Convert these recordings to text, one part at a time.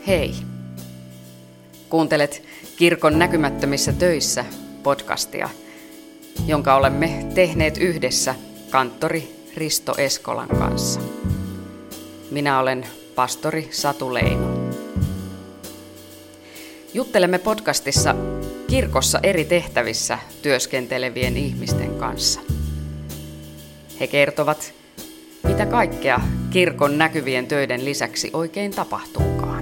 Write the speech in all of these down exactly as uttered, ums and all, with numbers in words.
Hei! Kuuntelet Kirkon näkymättömissä töissä podcastia, jonka olemme tehneet yhdessä kanttori Risto Eskolan kanssa. Minä olen pastori Satu Leino. Juttelemme podcastissa kirkossa eri tehtävissä työskentelevien ihmisten kanssa. He kertovat, mitä kaikkea kirkon näkyvien töiden lisäksi oikein tapahtuukaan.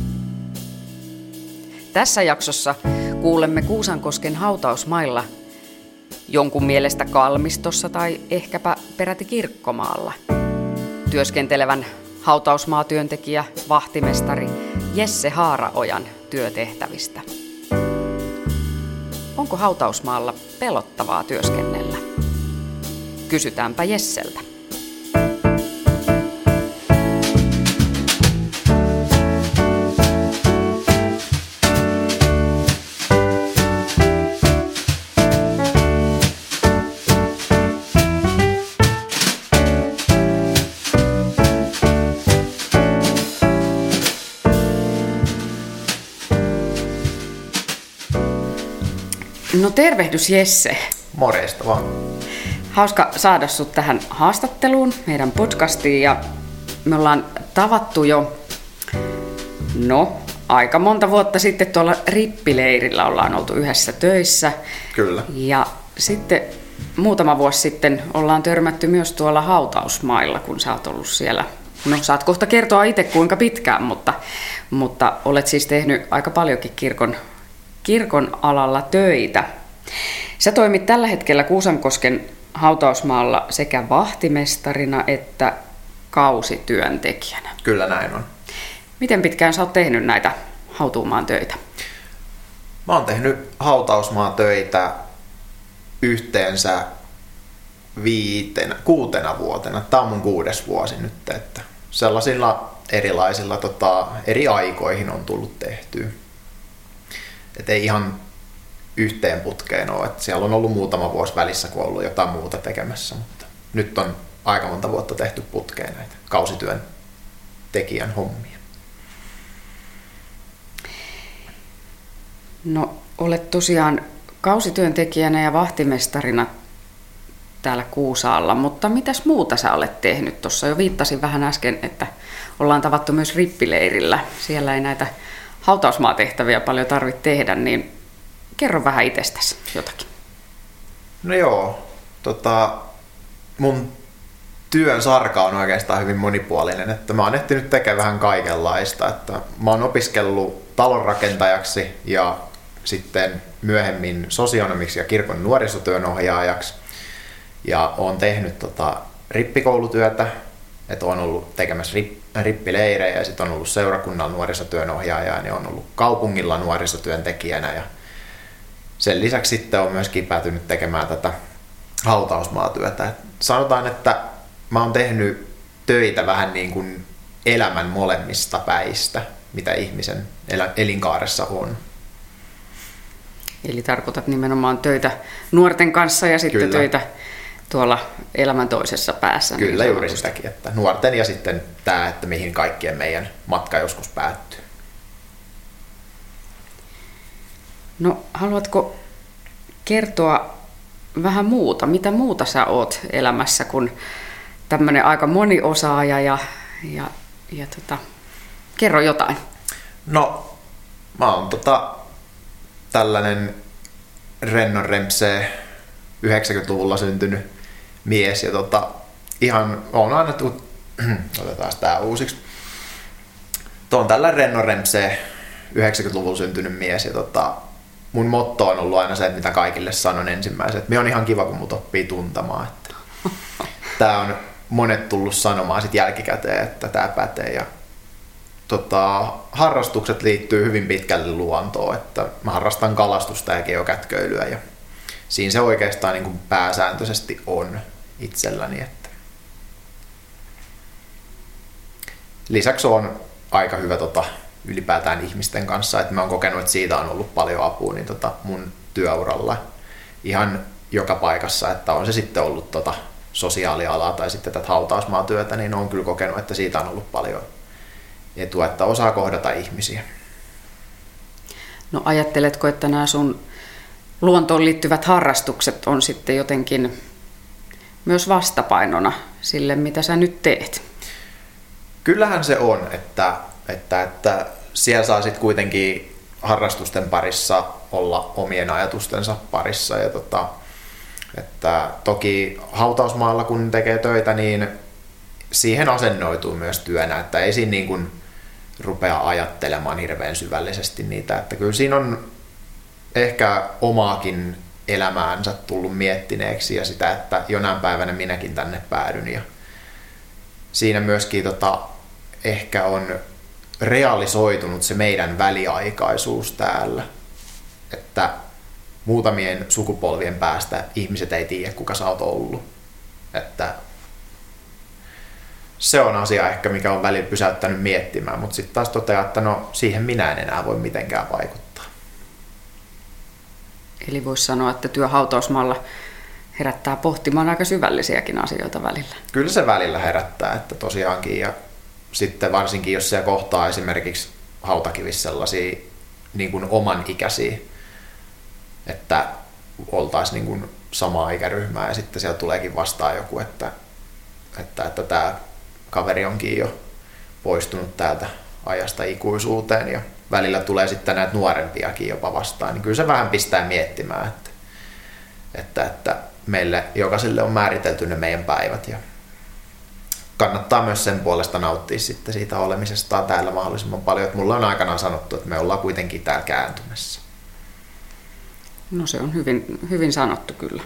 Tässä jaksossa kuulemme Kuusankosken hautausmailla, jonkun mielestä kalmistossa tai ehkäpä peräti kirkkomaalla, työskentelevän hautausmaatyöntekijä, vahtimestari Jesse Haaraojan työtehtävistä. Onko hautausmaalla pelottavaa työskennellä? Kysytäänpä Jesseltä. No tervehdys Jesse. Morjesta vaan. Hauska saada sut tähän haastatteluun, meidän podcastiin, ja me ollaan tavattu jo, no, aika monta vuotta sitten tuolla Rippileirillä ollaan oltu yhdessä töissä. Kyllä. Ja sitten muutama vuosi sitten ollaan törmätty myös tuolla hautausmailla, kun sä oot ollut siellä. No, saat kohta kertoa itse kuinka pitkään, mutta, mutta olet siis tehnyt aika paljonkin kirkon kirkon alalla töitä. Sä toimit tällä hetkellä Kuusankosken hautausmaalla sekä vahtimestarina että kausityöntekijänä. Kyllä näin on. Miten pitkään sä oot tehnyt näitä hautuumaan töitä? Mä oon tehnyt hautausmaan töitä yhteensä viitenä, kuutena vuotena. Tää on mun kuudes vuosi nyt, että sellaisilla erilaisilla tota, eri aikoihin on tullut tehtyä. Että ei ihan yhteen putkeen ole. Että siellä on ollut muutama vuosi välissä, kun on ollut jotain muuta tekemässä. Mutta nyt on aika monta vuotta tehty putkeen näitä kausityön tekijän hommia. No, olet tosiaan kausityöntekijänä ja vahtimestarina täällä Kuusaalla, mutta mitäs muuta sä olet tehnyt? Tuossa jo viittasin vähän äsken, että ollaan tavattu myös Rippileirillä. Siellä ei näitä hautausmaatehtäviä paljon tarvitse tehdä, niin kerro vähän itsestäsi jotakin. No joo, tota, mun työn sarka on oikeastaan hyvin monipuolinen, että mä oon ehtinyt tekemään vähän kaikenlaista, että mä oon opiskellut talonrakentajaksi ja sitten myöhemmin sosionomiksi ja kirkon nuorisotyön ohjaajaksi ja oon tehnyt tota, rippikoulutyötä, että oon ollut tekemässä rip, rippileirejä ja sitten on ollut seurakunnan nuorisotyön ohjaaja ja on ollut kaupungilla nuorisotyöntekijänä ja sen lisäksi sitten on myöskin päätynyt tekemään tätä hautausmaatyötä. Et sanotaan, että mä oon tehnyt töitä vähän niin kuin elämän molemmista päistä, mitä ihmisen elinkaaressa on. Eli tarkoitat nimenomaan töitä nuorten kanssa ja sitten Kyllä. töitä tuolla elämän toisessa päässä. Kyllä, niin juuri sitäkin, että nuorten ja sitten tämä, että mihin kaikkien meidän matka joskus päättyy. No, haluatko kertoa vähän muuta? Mitä muuta sä oot elämässä kuin tämmöinen aika moniosaaja ja, ja, ja tota, kerro jotain. No, mä oon tota, tällainen rennon rempsee yhdeksänkymmentäluvulla syntynyt mies ja tota, ihan on aina tu- otetaan tää uusiksi. Tuo on tällainen rennon rempsee yhdeksänkymmentäluvulla syntynyt mies ja tota, mun motto on ollut aina se, mitä kaikille sanon ensimmäisenä, että me on ihan kiva, kun mut oppii tuntemaan. Että tää on monet tullut sanomaan sit jälkikäteen, että tää pätee. Ja, tota, harrastukset liittyy hyvin pitkälle luontoon, että mä harrastan kalastusta ja geokätköilyä ja siinä se oikeastaan niin kuin pääsääntöisesti on itselläni. Että lisäksi on aika hyvä tota, ylipäätään ihmisten kanssa, että mä oon kokenut, että siitä on ollut paljon apua niin tota, mun työuralla ihan joka paikassa, että on se sitten ollut tota, sosiaalialaa tai sitten tätä hautausmaatyötä, niin on kyllä kokenut, että siitä on ollut paljon etu, että osaa kohdata ihmisiä. No ajatteletko, että nämä sun luontoon liittyvät harrastukset on sitten jotenkin myös vastapainona sille, mitä sä nyt teet? Kyllähän se on, että, että, että siellä saa sitten kuitenkin harrastusten parissa olla omien ajatustensa parissa. Ja tota, että toki hautausmaalla kun tekee töitä, niin siihen asennoituu myös työnä, että ei siinä niin kuin rupea ajattelemaan hirveän syvällisesti niitä. Että kyllä siinä on ehkä omaakin elämäänsä tullut miettineeksi ja sitä, että jonain päivänä minäkin tänne päädyn. Ja siinä myöskin tota, ehkä on realisoitunut se meidän väliaikaisuus täällä, että muutamien sukupolvien päästä ihmiset ei tiedä, kuka sä oot ollut. Että se on asia ehkä, mikä on välillä pysäyttänyt miettimään, mutta sitten taas toteaa, että no siihen minä en enää voi mitenkään vaikuttaa. Eli voisi sanoa, että työ hautausmaalla herättää pohtimaan aika syvällisiäkin asioita välillä. Kyllä se välillä herättää, että tosiaankin. Ja sitten varsinkin, jos se kohtaa esimerkiksi hautakivissä sellaisia niin kuin oman ikäisiä, että oltaisiin niin kuin samaa ikäryhmää ja sitten siellä tuleekin vastaan joku, että, että, että tämä kaveri onkin jo poistunut täältä ajasta ikuisuuteen ja välillä tulee sitten näitä nuorempiakin jopa vastaan, niin kyllä se vähän pistää miettimään, että, että, että meille jokaiselle on määritelty ne meidän päivät ja kannattaa myös sen puolesta nauttia sitten siitä olemisestaan täällä mahdollisimman paljon, että mulla on aikanaan sanottu, että me ollaan kuitenkin täällä kääntymässä. No se on hyvin, hyvin sanottu kyllä.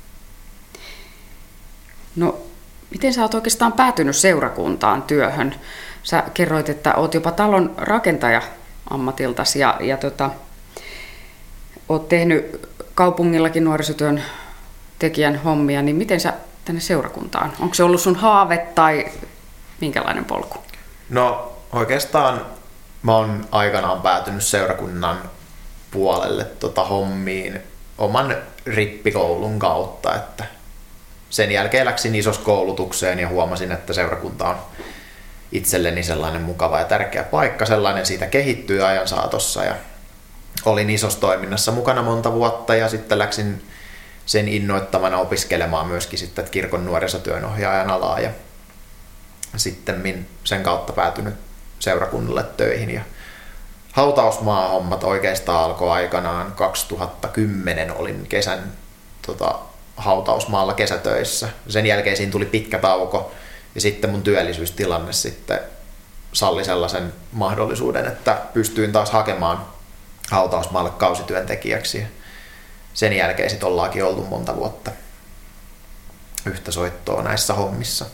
No miten sä oot oikeastaan päätynyt seurakuntaan työhön? Sä kerroit, että oot jopa talon rakentaja ammatiltasi ja, ja tota, oot tehnyt kaupungillakin nuorisotyön tekijän hommia, niin miten sä tänne seurakuntaan? Onko se ollut sun haave tai minkälainen polku? No oikeastaan mä oon aikanaan päätynyt seurakunnan puolelle tota hommiin oman rippikoulun kautta, että sen jälkeen läksin isossa koulutukseen ja huomasin, että seurakunta on itselleni sellainen mukava ja tärkeä paikka, sellainen siitä kehittyi ajan saatossa ja olin isossa toiminnassa mukana monta vuotta ja sitten läksin sen innoittamana opiskelemaan myöskin sitten kirkon nuorisotyönohjaajan alaa ja sitten sen kautta päätynyt seurakunnalle töihin ja hautausmaahommat oikeastaan alkoi aikanaan kaksituhattakymmenen olin kesän tota, hautausmaalla kesätöissä. Sen jälkeen siinä tuli pitkä tauko ja sitten mun työllisyystilanne sitten salli sellaisen mahdollisuuden, että pystyin taas hakemaan hautausmaalle kausityöntekijäksi. Sen jälkeen sitten ollaankin oltu monta vuotta yhtä soittoa näissä hommissa.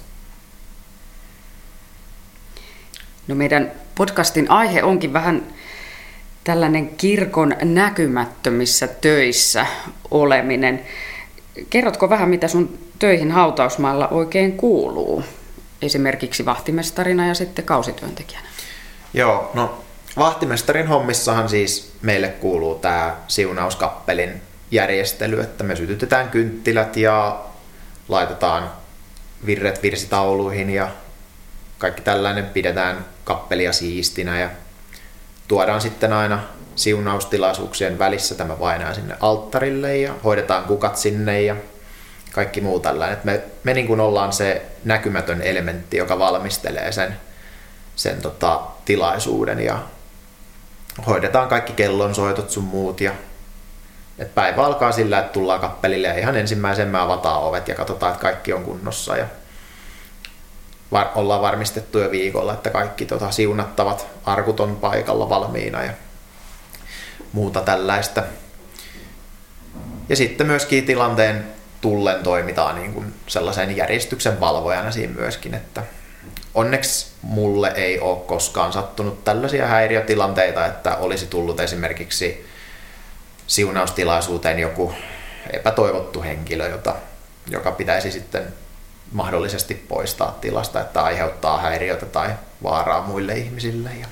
No meidän podcastin aihe onkin vähän tällainen kirkon näkymättömissä töissä oleminen. Kerrotko vähän, mitä sun töihin hautausmaalla oikein kuuluu? Esimerkiksi vahtimestarina ja sitten kausityöntekijänä. Joo, no vahtimestarin hommissahan siis meille kuuluu tämä siunauskappelin järjestely, että me sytytetään kynttilät ja laitetaan virret virsitauluihin ja kaikki tällainen, pidetään kappelia siistinä ja tuodaan sitten aina siunaustilaisuuksien välissä tämä vainaja sinne alttarille ja hoidetaan kukat sinne ja kaikki muu tällainen. Me, me niin kuin ollaan se näkymätön elementti, joka valmistelee sen, sen tota, tilaisuuden ja hoidetaan kaikki kellonsoitot sun muut. Ja, et päivä alkaa sillä, että tullaan kappelille ja ihan ensimmäisen me avataan ovet ja katsotaan, että kaikki on kunnossa. Ja var, ollaan varmistettu jo viikolla, että kaikki tota, siunattavat arkut on paikalla valmiina ja muuta tällaista. Ja sitten myöskin tilanteen tullen toimitaan niin kuin sellaisen järjestyksen valvojana siinä myöskin, että onneksi mulle ei ole koskaan sattunut tällaisia häiriötilanteita, että olisi tullut esimerkiksi siunaustilaisuuteen joku epätoivottu henkilö, jota, joka pitäisi sitten mahdollisesti poistaa tilasta, että aiheuttaa häiriötä tai vaaraa muille ihmisille. Ja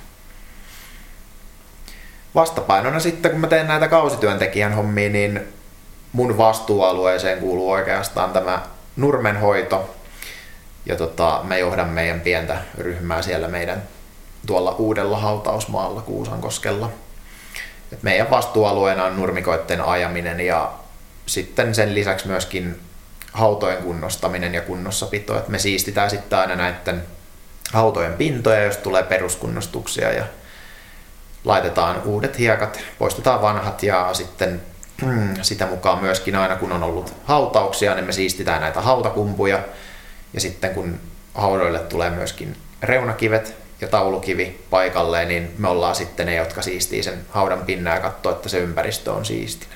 vastapainona sitten, kun mä teen näitä kausityöntekijän hommia, niin mun vastuualueeseen kuuluu oikeastaan tämä nurmenhoito. Ja tota, mä johdan meidän pientä ryhmää siellä meidän tuolla uudella hautausmaalla Kuusankoskella. Et meidän vastuualueena on nurmikoitten ajaminen ja sitten sen lisäksi myöskin hautojen kunnostaminen ja kunnossapito. Et me siistitään sitten aina näiden hautojen pintoja, jos tulee peruskunnostuksia ja laitetaan uudet hiekat, poistetaan vanhat ja sitten sitä mukaan myöskin aina kun on ollut hautauksia, niin me siistitään näitä hautakumpuja ja sitten kun haudoille tulee myöskin reunakivet ja taulukivi paikalleen, niin me ollaan sitten ne, jotka siistii sen haudan pinnan ja katsoo, että se ympäristö on siistinen.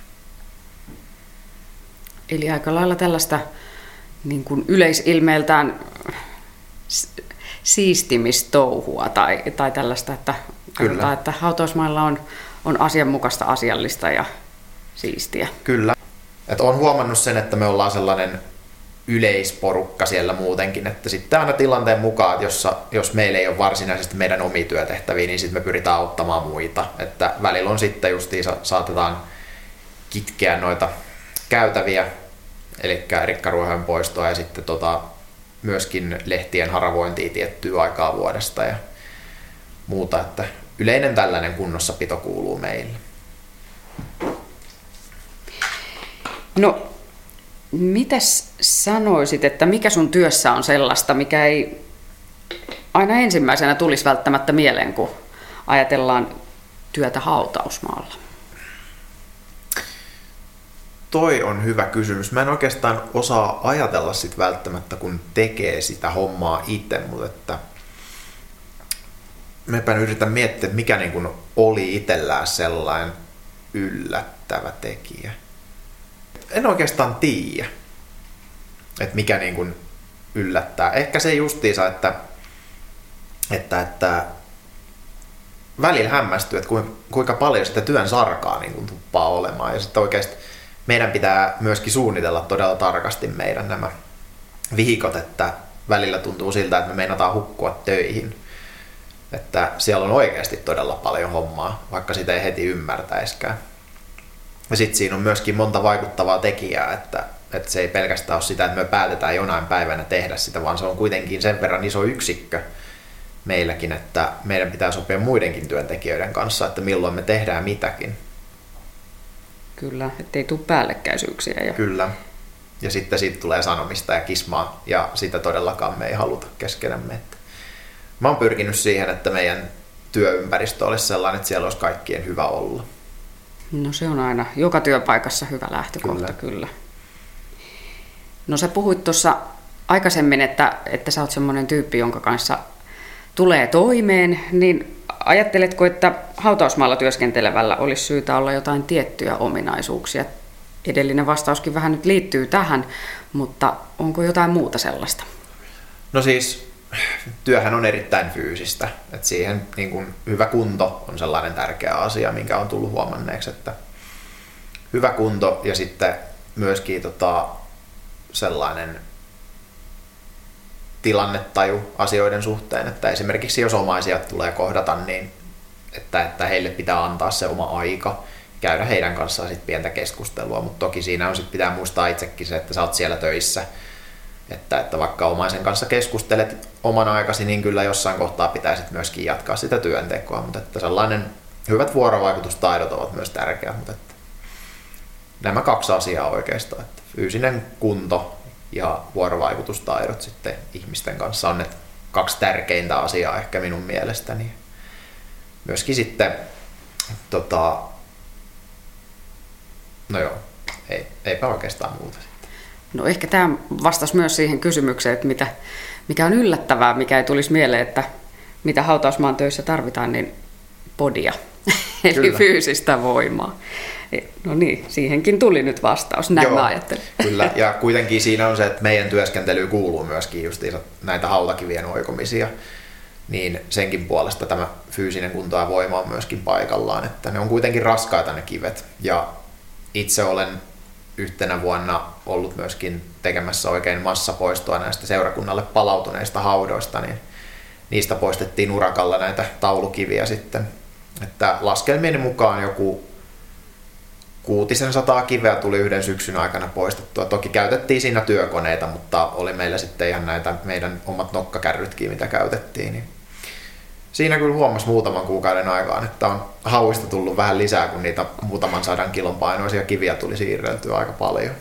Eli aika lailla tällaista niin kuin yleisilmeeltään siistimistouhua tai, tai tällaista, että, katsotaan, että hautausmailla on, on asianmukaista, asiallista ja siistiä. Kyllä. Et olen huomannut sen, että me ollaan sellainen yleisporukka siellä muutenkin, että sitten aina tilanteen mukaan, että jossa, jos meillä ei ole varsinaisesti meidän omia työtehtäviä, niin sitten me pyritään auttamaan muita. Että välillä on sitten justiinsa saatetaan kitkeä noita käytäviä, eli rikkaruohojen poistoa ja sitten tota, myöskin lehtien haravointia tiettyä aikaa vuodesta ja muuta, että yleinen tällainen kunnossapito kuuluu meille. No, mitäs sanoisit, että mikä sun työssä on sellaista, mikä ei aina ensimmäisenä tulisi välttämättä mieleen, kun ajatellaan työtä hautausmaalla? Toi on hyvä kysymys. Mä en oikeastaan osaa ajatella sit välttämättä, kun tekee sitä hommaa itse, mutta että mäpä yritän miettiä, että mikä niin kun oli itsellään sellainen yllättävä tekijä. En oikeastaan tiedä, että mikä niin kun yllättää. Ehkä se justiinsa, että, että, että välillä hämmästyy, että kuinka paljon sitä työn sarkaa niin kun tuppaa olemaan. Ja sitten oikeasti meidän pitää myöskin suunnitella todella tarkasti meidän nämä viikot, että välillä tuntuu siltä, että me meinataan hukkua töihin. Että siellä on oikeasti todella paljon hommaa, vaikka sitä ei heti ymmärtäiskään. Ja sitten siinä on myöskin monta vaikuttavaa tekijää, että, että se ei pelkästään ole sitä, että me päätetään jonain päivänä tehdä sitä, vaan se on kuitenkin sen verran iso yksikkö meilläkin, että meidän pitää sopia muidenkin työntekijöiden kanssa, että milloin me tehdään mitäkin. Kyllä, ettei tule päällekkäisyyksiä. Ja... Kyllä. Ja sitten siitä tulee sanomista ja kismaa, ja sitä todellakaan me ei haluta keskenämme. Mä oon pyrkinyt siihen, että meidän työympäristö olisi sellainen, että siellä olisi kaikkien hyvä olla. No se on aina joka työpaikassa hyvä lähtökohta, kyllä. kyllä. No sä puhuit tuossa aikaisemmin, että, että sä oot semmoinen tyyppi, jonka kanssa tulee toimeen, niin ajatteletko, että hautausmaalla työskentelevällä olisi syytä olla jotain tiettyjä ominaisuuksia? Edellinen vastauskin vähän nyt liittyy tähän, mutta onko jotain muuta sellaista? No siis työhän on erittäin fyysistä, että siihen niin kuin hyvä kunto on sellainen tärkeä asia, minkä on tullut huomanneeksi, että hyvä kunto ja sitten myöskin tota, sellainen tilannetaju asioiden suhteen, että esimerkiksi jos omaisia tulee kohdata, niin että, että heille pitää antaa se oma aika, käydä heidän kanssaan sit pientä keskustelua, mutta toki siinä on sit pitää muistaa itsekin se, että sä oot siellä töissä, että, että vaikka omaisen kanssa keskustelet oman aikasi, niin kyllä jossain kohtaa pitää sit myöskin jatkaa sitä työntekoa, mutta että sellainen hyvät vuorovaikutustaidot ovat myös tärkeät, mutta että nämä kaksi asiaa oikeastaan, että fyysinen kunto ja vuorovaikutustaidot sitten ihmisten kanssa on ne kaksi tärkeintä asiaa ehkä minun mielestäni. Myöskin sitten, tota, no joo, ei, eipä oikeastaan muuta sitten. No ehkä tämä vastasi myös siihen kysymykseen, että mitä, mikä on yllättävää, mikä ei tulisi mieleen, että mitä hautausmaan töissä tarvitaan, niin podia, eli Kyllä. fyysistä voimaa. No niin, siihenkin tuli nyt vastaus, näin Joo, mä ajattelin. Kyllä, ja kuitenkin siinä on se, että meidän työskentelyyn kuuluu myöskin justiinsa näitä hautakivien oikomisia, niin senkin puolesta tämä fyysinen kunto ja voima on myöskin paikallaan, että ne on kuitenkin raskaita ne kivet, ja itse olen yhtenä vuonna ollut myöskin tekemässä oikein massapoistoa näistä seurakunnalle palautuneista haudoista, niin niistä poistettiin urakalla näitä taulukiviä sitten, että laskelmieni mukaan joku kuutisen sataa kiveä tuli yhden syksyn aikana poistettua. Toki käytettiin siinä työkoneita, mutta oli meillä sitten ihan näitä meidän omat nokkakärrytkin, mitä käytettiin. Niin Siinä kyllä huomasi muutaman kuukauden aikaan, että on hauista tullut vähän lisää, kun niitä muutaman sadan kilon painoisia kiviä tuli siirreltyä aika paljon.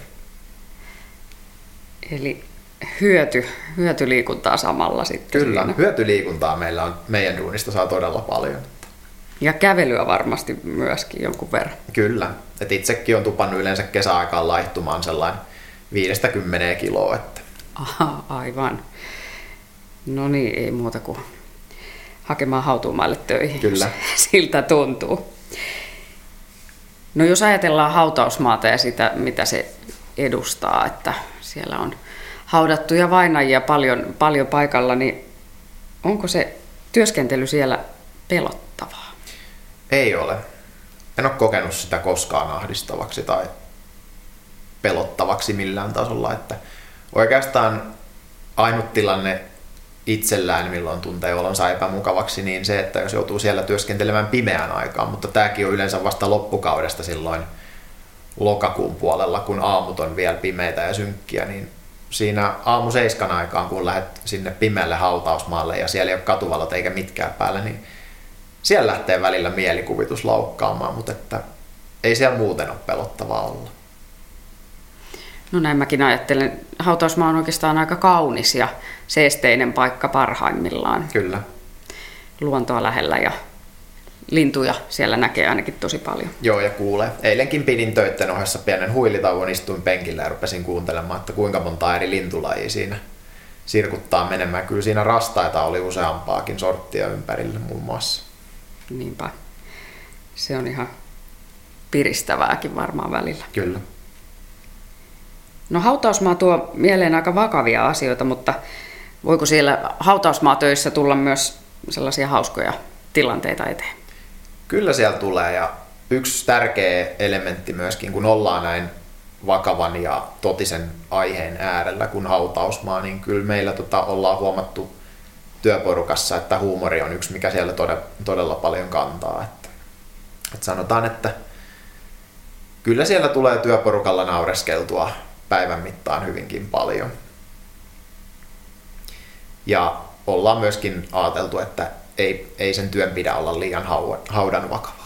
Eli hyöty, hyötyliikuntaa samalla sitten. Kyllä, siinä. Hyötyliikuntaa meillä on, meidän duunista saa todella paljon. Ja kävelyä varmasti myöskin jonkun verran. Kyllä, et itsekin on tupannut yleensä kesäaikaan laihtumaan sellainen viidestä kymmeneen kiloa. Että. Aha, aivan. No niin, ei muuta kuin hakemaan hautuumaalle töihin. Kyllä. Siltä tuntuu. No jos ajatellaan hautausmaata ja sitä, mitä se edustaa, että siellä on haudattuja vainajia paljon, paljon paikalla, niin onko se työskentely siellä pelottavaa? Ei ole. En ole kokenut sitä koskaan ahdistavaksi tai pelottavaksi millään tasolla. Että oikeastaan ainut tilanne itsellään, milloin tuntee olonsa epämukavaksi, niin se, että jos joutuu siellä työskentelemään pimeään aikaan, mutta tämäkin on yleensä vasta loppukaudesta silloin lokakuun puolella, kun aamut on vielä pimeitä ja synkkiä, niin siinä aamu seiskan aikaan, kun lähdet sinne pimeälle hautausmaalle ja siellä ei ole katuvalot eikä mitkään päällä, niin siellä lähtee välillä mielikuvitus laukkaamaan, mutta että ei siellä muuten ole pelottavaa olla. No näin mäkin ajattelen. Hautausmaa on oikeastaan aika kaunis ja seesteinen paikka parhaimmillaan. Kyllä. Luontoa lähellä ja lintuja siellä näkee ainakin tosi paljon. Joo, ja kuulee. Eilenkin pidin töitten ohessa pienen huilitauon, istuin penkillä ja rupesin kuuntelemaan, että kuinka monta eri lintulajia siinä sirkuttaa menemään. Kyllä siinä rastaita oli useampaakin sorttia ympärillä muun muassa. Niinpä. Se on ihan piristävääkin varmaan välillä. Kyllä. No hautausmaa tuo mieleen aika vakavia asioita, mutta voiko siellä hautausmaatöissä tulla myös sellaisia hauskoja tilanteita eteen? Kyllä siellä tulee, ja yksi tärkeä elementti myöskin, kun ollaan näin vakavan ja totisen aiheen äärellä kuin hautausmaa, niin kyllä meillä tota, ollaan huomattu työporukassa, että huumori on yksi, mikä siellä todella, todella paljon kantaa. Että, että sanotaan, että kyllä siellä tulee työporukalla naureskeltua päivän mittaan hyvinkin paljon. Ja ollaan myöskin ajateltu, että ei, ei sen työn pidä olla liian haudan vakavaa.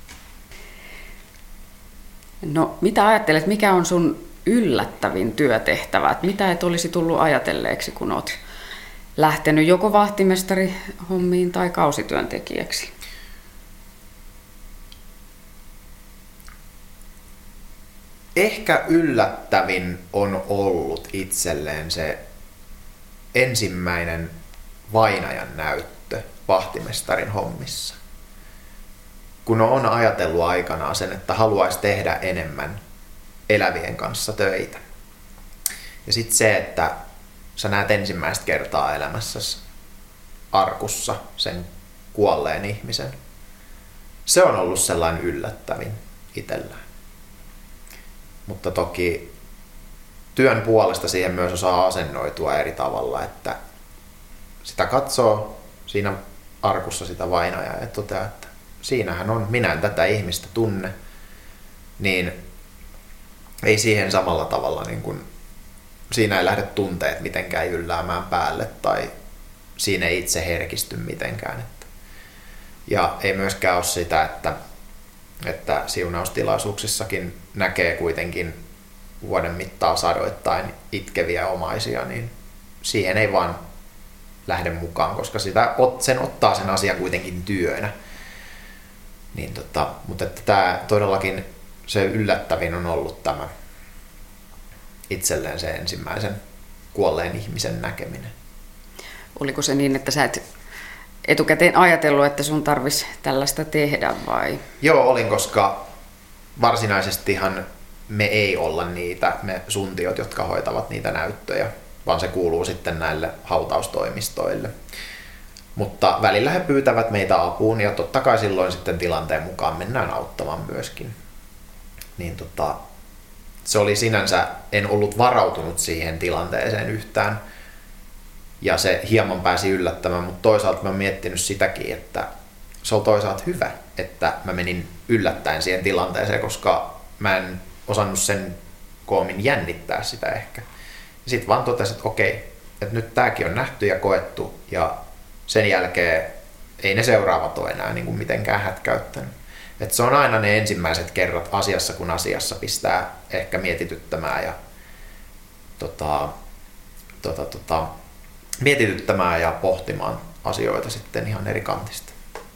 No mitä ajattelet, mikä on sun yllättävin työtehtävä? Että mitä et olisi tullut ajatelleeksi, kun oot lähtenyt joko vahtimestarihommiin tai kausityöntekijäksi? Ehkä yllättävin on ollut itselleen se ensimmäinen vainajan näyttö vahtimestarin hommissa. Kun on ajatellut aikanaan sen, että haluaisi tehdä enemmän elävien kanssa töitä. Ja sitten se, että sä näet ensimmäistä kertaa elämässäsi arkussa sen kuolleen ihmisen. Se on ollut sellainen yllättävin itsellään. Mutta toki työn puolesta siihen myös osaa asennoitua eri tavalla, että sitä katsoo siinä arkussa sitä vainajaa ja toteaa, että siinähän on, minä en tätä ihmistä tunne, niin ei siihen samalla tavalla, niin kuin, siinä ei lähde tunteet mitenkään ylläämään päälle tai siinä ei itse herkisty mitenkään. Että. Ja ei myöskään ole sitä, että, että siunaustilaisuuksissakin näkee kuitenkin vuoden mittaan sadoittain itkeviä omaisia, niin siihen ei vaan lähde mukaan, koska sitä, sen ottaa sen asian kuitenkin työnä. Niin tota, mutta että tämä todellakin se yllättävin on ollut tämä itselleen se ensimmäisen kuolleen ihmisen näkeminen. Oliko se niin, että sä et etukäteen ajatellut, että sun tarvitsisi tällaista tehdä vai? Joo, olin, koska varsinaisestihan me ei olla niitä, me suntiot, jotka hoitavat niitä näyttöjä, vaan se kuuluu sitten näille hautaustoimistoille. Mutta välillä he pyytävät meitä apuun ja totta kai silloin sitten tilanteen mukaan mennään auttamaan myöskin. Niin tota, se oli sinänsä, en ollut varautunut siihen tilanteeseen yhtään ja se hieman pääsi yllättämään, mutta toisaalta mä oon miettinyt sitäkin, että se on toisaalta hyvä, että mä menin yllättäen siihen tilanteeseen, koska mä en osannut sen koomin jännittää sitä ehkä. Ja sit vaan totesin, että okei, että nyt tääkin on nähty ja koettu ja sen jälkeen ei ne seuraavat ole enää niin kuin mitenkään hätkäyttänyt. Et se on aina ne ensimmäiset kerrat asiassa kun asiassa pistää ehkä mietityttämään ja tota, tota, tota, mietityttämään ja pohtimaan asioita sitten ihan eri kantista.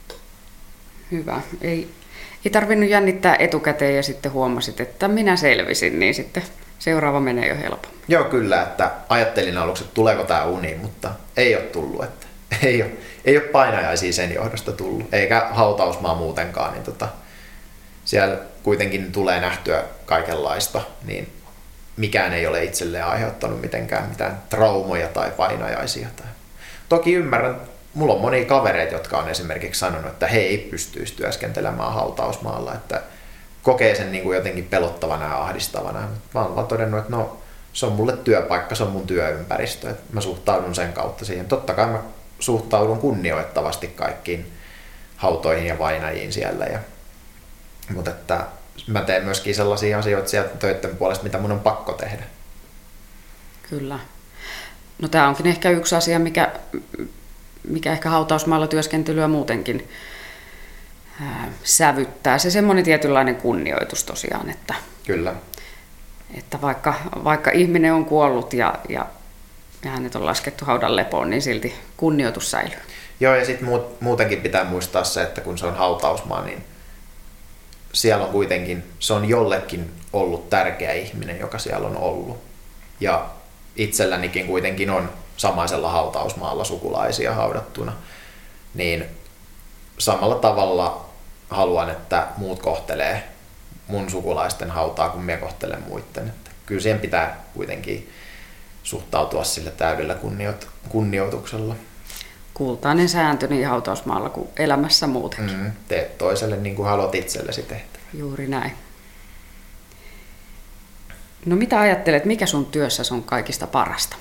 Hyvä. Ei, ei tarvinnut jännittää etukäteen ja sitten huomasit, että minä selvisin, niin sitten seuraava menee jo helpommin. Joo, kyllä, että ajattelin aluksi, että tuleeko tämä uni, mutta ei ole tullut. Että ei, ole, ei ole painajaisia sen johdosta tullut, eikä hautausmaa muutenkaan. Niin tota, siellä kuitenkin tulee nähtyä kaikenlaista, niin mikään ei ole itselleen aiheuttanut mitenkään mitään traumoja tai painajaisia. Tai... Toki ymmärrän, mulla on monia kavereita, jotka on esimerkiksi sanonut, että he ei pystyisi työskentelemään hautausmaalla, että kokee sen niin kuin jotenkin pelottavana ja ahdistavana. Mä oon vaan todennut, että no, se on mulle työpaikka, se on mun työympäristö, että mä suhtaudun sen kautta siihen. Totta kai mä suhtaudun kunnioittavasti kaikkiin hautoihin ja vainajiin siellä. Ja, mutta että mä teen myöskin sellaisia asioita sieltä töiden puolesta, mitä mun on pakko tehdä. Kyllä. No tää onkin ehkä yksi asia, mikä, mikä ehkä hautausmaalla työskentelyä muutenkin ää, sävyttää. Se semmoinen tietynlainen kunnioitus tosiaan, että, Kyllä. että vaikka, vaikka ihminen on kuollut ja, ja, ja hänet on laskettu haudan lepoon, niin silti kunnioitus säilyy. Joo, ja sitten muutenkin pitää muistaa se, että kun se on hautausmaa, niin siellä on kuitenkin, se on jollekin ollut tärkeä ihminen, joka siellä on ollut. Ja itsellänikin kuitenkin on samaisella hautausmaalla sukulaisia haudattuna. Niin samalla tavalla haluan, että muut kohtelee mun sukulaisten hautaa, kun minä kohtelen muiden. Että kyllä siihen pitää kuitenkin suhtautua sille täydellä kunnioituksella. Kultainen sääntö niin hautausmaalla kuin elämässä muutenkin. Mm, teet toiselle niin kuin haluat itsellesi tehdä. Juuri näin. No mitä ajattelet, mikä sun työssäsi on kaikista parasta?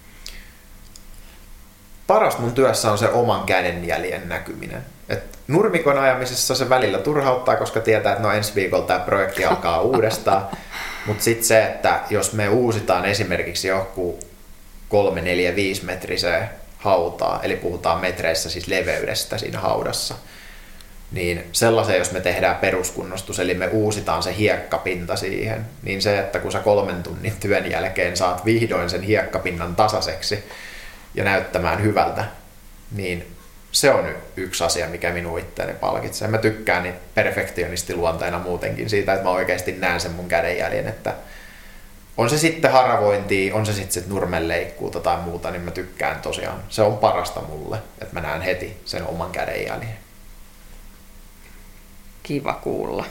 Parasta mun työssä on se oman kädenjäljen näkyminen. Et nurmikon ajamisessa se välillä turhauttaa, koska tietää, että no ensi viikolla tämä projekti alkaa uudestaan. Mutta sitten se, että jos me uusitaan esimerkiksi joku kolme, neljä, viisi metriseen hautaa, eli puhutaan metreissä siis leveydestä siinä haudassa, niin sellaisen, jos me tehdään peruskunnostus, eli me uusitaan se hiekkapinta siihen, niin se, että kun sä kolmen tunnin työn jälkeen saat vihdoin sen hiekkapinnan tasaiseksi ja näyttämään hyvältä, niin se on yksi asia, mikä minun itseäni palkitsee. Mä tykkään niin perfektionistiluonteena muutenkin siitä, että mä oikeasti näen sen mun kädenjäljen, että on se sitten haravointia, on se sitten sit nurmenleikkuuta tai muuta, niin mä tykkään tosiaan. Se on parasta mulle, että mä näen heti sen oman kädenjäljen. Kiva kuulla.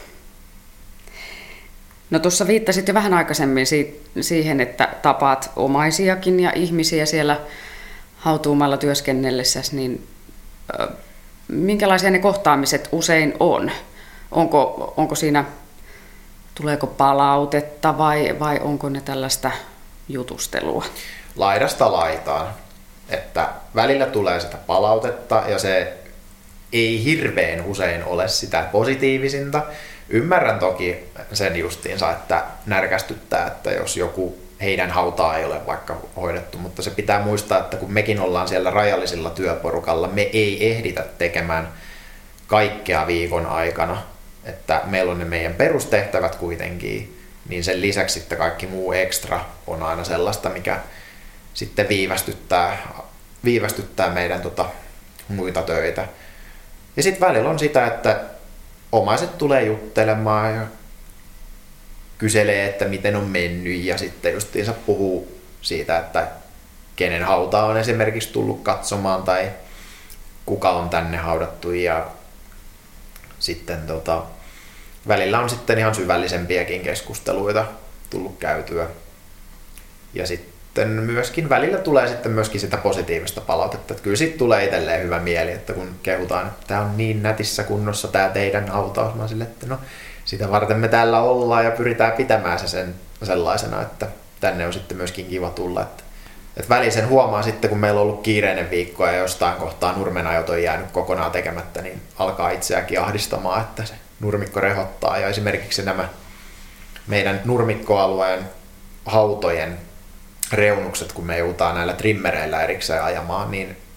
No tuossa viittasit jo vähän aikaisemmin siihen, että tapaat omaisiakin ja ihmisiä siellä hautuumalla työskennellessäsi, niin minkälaisia ne kohtaamiset usein on? Onko, onko siinä, tuleeko palautetta vai, vai onko ne tällaista jutustelua? Laidasta laitaan. Että välillä tulee sitä palautetta ja se ei hirveän usein ole sitä positiivisinta. Ymmärrän toki sen justiinsa, että närkästyttää, että jos joku heidän hautaa ei ole vaikka hoidettu, mutta se pitää muistaa, että kun mekin ollaan siellä rajallisilla työporukalla, me ei ehditä tekemään kaikkea viikon aikana, että meillä on ne meidän perustehtävät kuitenkin, niin sen lisäksi sitten kaikki muu ekstra on aina sellaista, mikä sitten viivästyttää, viivästyttää meidän tota, muita töitä. Ja sitten välillä on sitä, että omaiset tulee juttelemaan ja kyselee, että miten on mennyt ja sitten justiinsa puhuu siitä, että kenen hautaa on esimerkiksi tullut katsomaan tai kuka on tänne haudattu ja sitten tota, välillä on sitten ihan syvällisempiäkin keskusteluita tullut käytyä ja sitten myöskin välillä tulee sitten myöskin sitä positiivista palautetta, että kyllä siitä tulee itselleen hyvä mieli, että kun kehutaan, että tämä on niin nätissä kunnossa tämä teidän hautaus, mä sille, että no sitä varten me täällä ollaan ja pyritään pitämään se sen sellaisena, että tänne on sitten myöskin kiva tulla. Että, että väliin sen huomaa sitten, kun meillä on ollut kiireinen viikko ja jostain kohtaa nurmenajot on jäänyt kokonaan tekemättä, niin alkaa itseäkin ahdistamaan, että se nurmikko rehottaa. Ja esimerkiksi nämä meidän nurmikkoalueen hautojen reunukset, kun me joudutaan näillä trimmereillä erikseen ajamaan, niin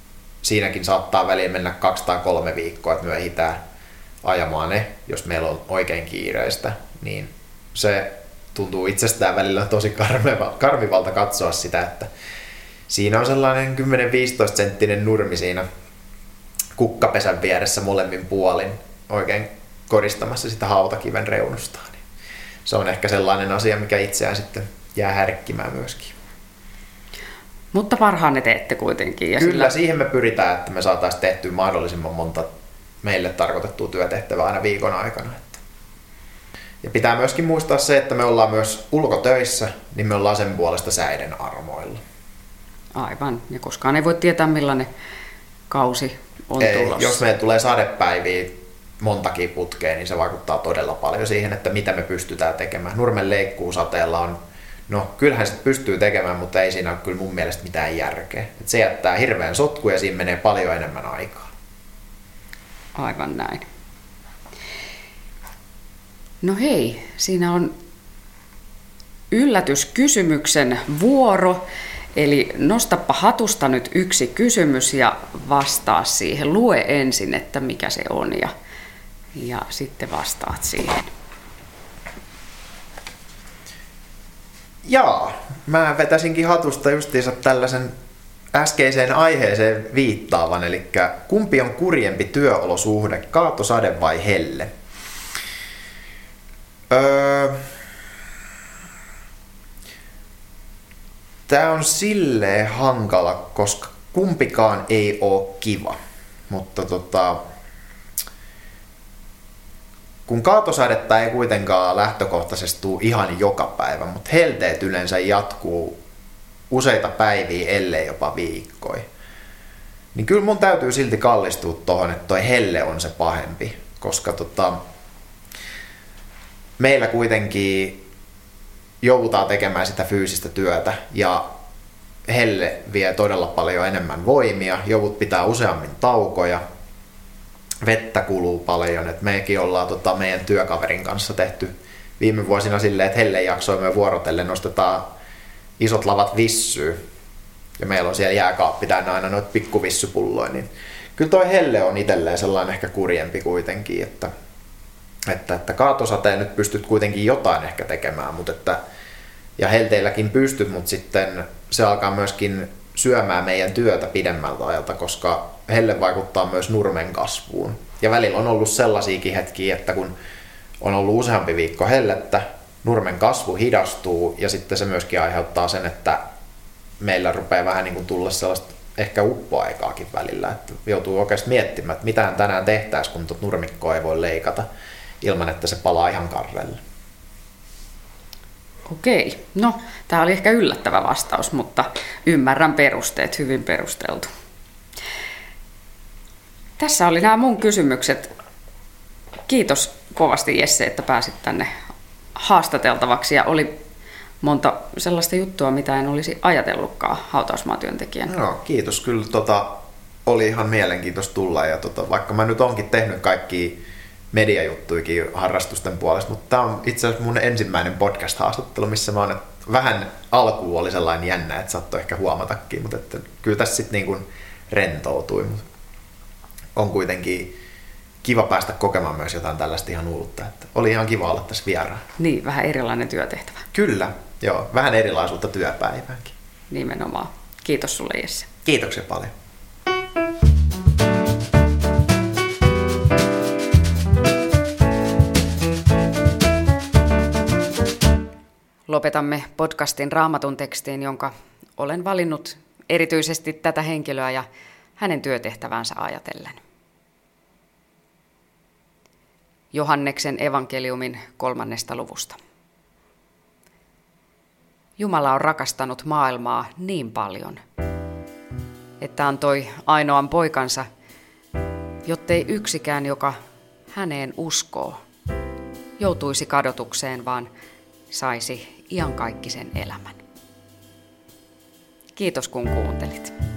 siinäkin saattaa väliin mennä kaksi tai kolme viikkoa, että me ehditään ajamaan ne, jos meillä on oikein kiireistä, niin se tuntuu itsestään välillä tosi karmiva, karmivalta katsoa sitä, että siinä on sellainen kymmenen viisitoista senttinen nurmi siinä kukkapesän vieressä molemmin puolin oikein koristamassa sitä hautakiven reunustaa. Niin se on ehkä sellainen asia, mikä itseään sitten jää härkkimään myöskin. Mutta parhaanne teette kuitenkin. Ja Kyllä, sillä... siihen me pyritään, että me saataisiin tehtyä mahdollisimman monta meille tarkoitettua työtehtävää aina viikon aikana. Ja pitää myöskin muistaa se, että me ollaan myös ulkotöissä, niin me ollaan sen puolesta säiden armoilla. Aivan, ja koskaan ei voi tietää millainen kausi on ei, tulossa. Jos meille tulee sadepäiviä montakin putkeen, niin se vaikuttaa todella paljon siihen, että mitä me pystytään tekemään. Nurmen leikkuusateella on, no kyllähän sitä pystyy tekemään, mutta ei siinä ole kyllä mun mielestä mitään järkeä. Et se jättää hirveän sotku ja siinä menee paljon enemmän aikaa. Aivan näin. No hei, siinä on yllätyskysymyksen vuoro. Eli nostappa hatusta nyt yksi kysymys ja vastaa siihen. Lue ensin, että mikä se on ja, ja sitten vastaat siihen. Jaa, mä vetäisinkin hatusta justiinsa tällaisen äskeiseen aiheeseen viittaavan, eli kumpi on kurjempi työolosuhde, kaato, sade vai helle? Öö, Tää on silleen hankala, koska kumpikaan ei oo kiva, mutta tota, kun kaatosadetta ei kuitenkaan lähtökohtaisesti tule ihan joka päivä, mutta helteet yleensä jatkuu useita päiviä, ellei jopa viikkoja, niin kyllä mun täytyy silti kallistua tohon, että toi helle on se pahempi, koska tota, meillä kuitenkin joudutaan tekemään sitä fyysistä työtä ja helle vie todella paljon enemmän voimia, joudut pitää useammin taukoja, vettä kuluu paljon, että mekin ollaan tota, meidän työkaverin kanssa tehty viime vuosina silleen, että helle jaksoimme vuorotellen nostetaan isot lavat vissyä ja meillä on siellä jääkaappi täynnä aina noita pikkuvissypulloja, niin kyllä toi helle on itselleen sellainen ehkä kurjempi kuitenkin, että Että, että kaatosateen nyt pystyt kuitenkin jotain ehkä tekemään, mutta että, ja helteilläkin pystyt, mutta sitten se alkaa myöskin syömään meidän työtä pidemmältä ajalta, koska helle vaikuttaa myös nurmen kasvuun. Ja välillä on ollut sellaisiakin hetkiä, että kun on ollut useampi viikko hellettä, nurmen kasvu hidastuu ja sitten se myöskin aiheuttaa sen, että meillä rupeaa vähän niin kuin tulla sellaista ehkä uppoaikaakin välillä, että joutuu oikeasti miettimään, että mitään tänään tehtäisiin, kun tuota nurmikkoa ei voi leikata ilman, että se palaa ihan karrelle. Okei, no tämä oli ehkä yllättävä vastaus, mutta ymmärrän perusteet, hyvin perusteltu. Tässä oli nämä mun kysymykset. Kiitos kovasti Jesse, että pääsit tänne haastateltavaksi ja oli monta sellaista juttua, mitä en olisi ajatellutkaan hautausmaatyöntekijänä. No, kiitos. Kyllä tota, oli ihan mielenkiintoista tulla ja tota, vaikka mä nyt onkin tehnyt kaikki mediajuttuikin harrastusten puolesta, mutta tämä on itse asiassa mun ensimmäinen podcast-haastattelu, missä mä oon, että vähän alkuun oli sellainen jännä, että saattoi ehkä huomatakin, mutta että kyllä tässä sitten niin kuin rentoutui. Mutta on kuitenkin kiva päästä kokemaan myös jotain tällaista ihan uutta. Että oli ihan kiva olla tässä vieraan. Niin, vähän erilainen työtehtävä. Kyllä, joo. Vähän erilaisuutta työpäiväänkin. Nimenomaan. Kiitos sulle Jesse. Kiitoksia paljon. Lopetamme podcastin Raamatun tekstiin, jonka olen valinnut erityisesti tätä henkilöä ja hänen työtehtävänsä ajatellen. Johanneksen evankeliumin kolmannesta luvusta. Jumala on rakastanut maailmaa niin paljon, että antoi ainoan poikansa, jottei yksikään, joka häneen uskoo, joutuisi kadotukseen, vaan saisi iankaikkisen elämän. Kiitos kun kuuntelit.